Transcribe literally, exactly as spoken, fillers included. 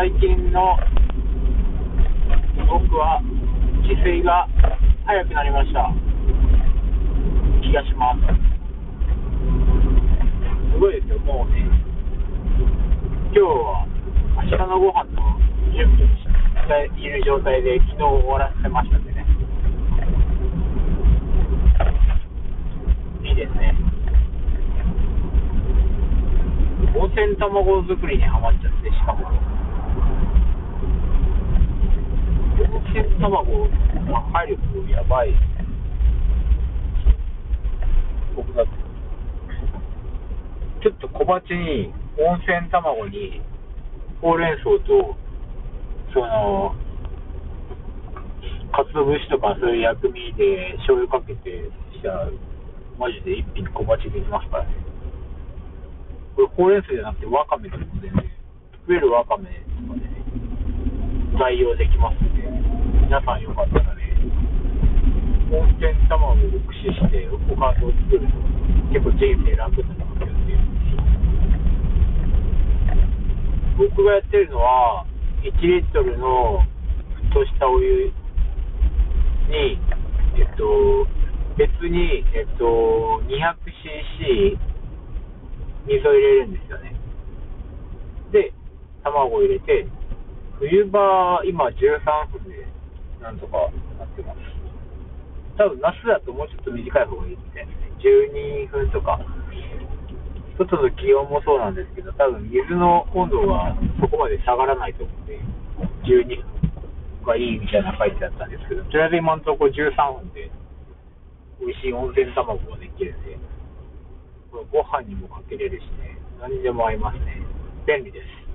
最近の僕は自炊が早くなりました気がします。すごいですよ。もうね、今日は明日のご飯の準備をしている状態で昨日終わらせましたんでね、いいですね。温泉卵作りにハマっちゃって、しかも温泉卵入るとやばい。僕だってちょっと小鉢に温泉卵にほうれん草とその鰹節とかそういう薬味で醤油かけてしたらマジで一品小鉢できますからね。これほうれん草じゃなくてわかめとかでね、増えるわかめとかでね代用できますので、皆さんよかったらね、温泉卵を駆使しておかずを作ると結構人生楽になりますよっていう。僕がやってるのはいちリットルの沸騰したお湯に、えっと、別に、えっと、にひゃくシーシー 水を入れるんですよね。で、卵を入れて、冬場、今じゅうさんぷんでなんとかなってます。多分夏だともうちょっと短い方がいいみたいですね。じゅうにふんとか。外の気温もそうなんですけど、多分水の温度がそこまで下がらないと思うんで、じゅうにふんがいいみたいな書いてあったんですけど、とりあえず今のところじゅうさんぷんで美味しい温泉卵ができるんで、これご飯にもかけれるしね、何にでも合いますね。便利です。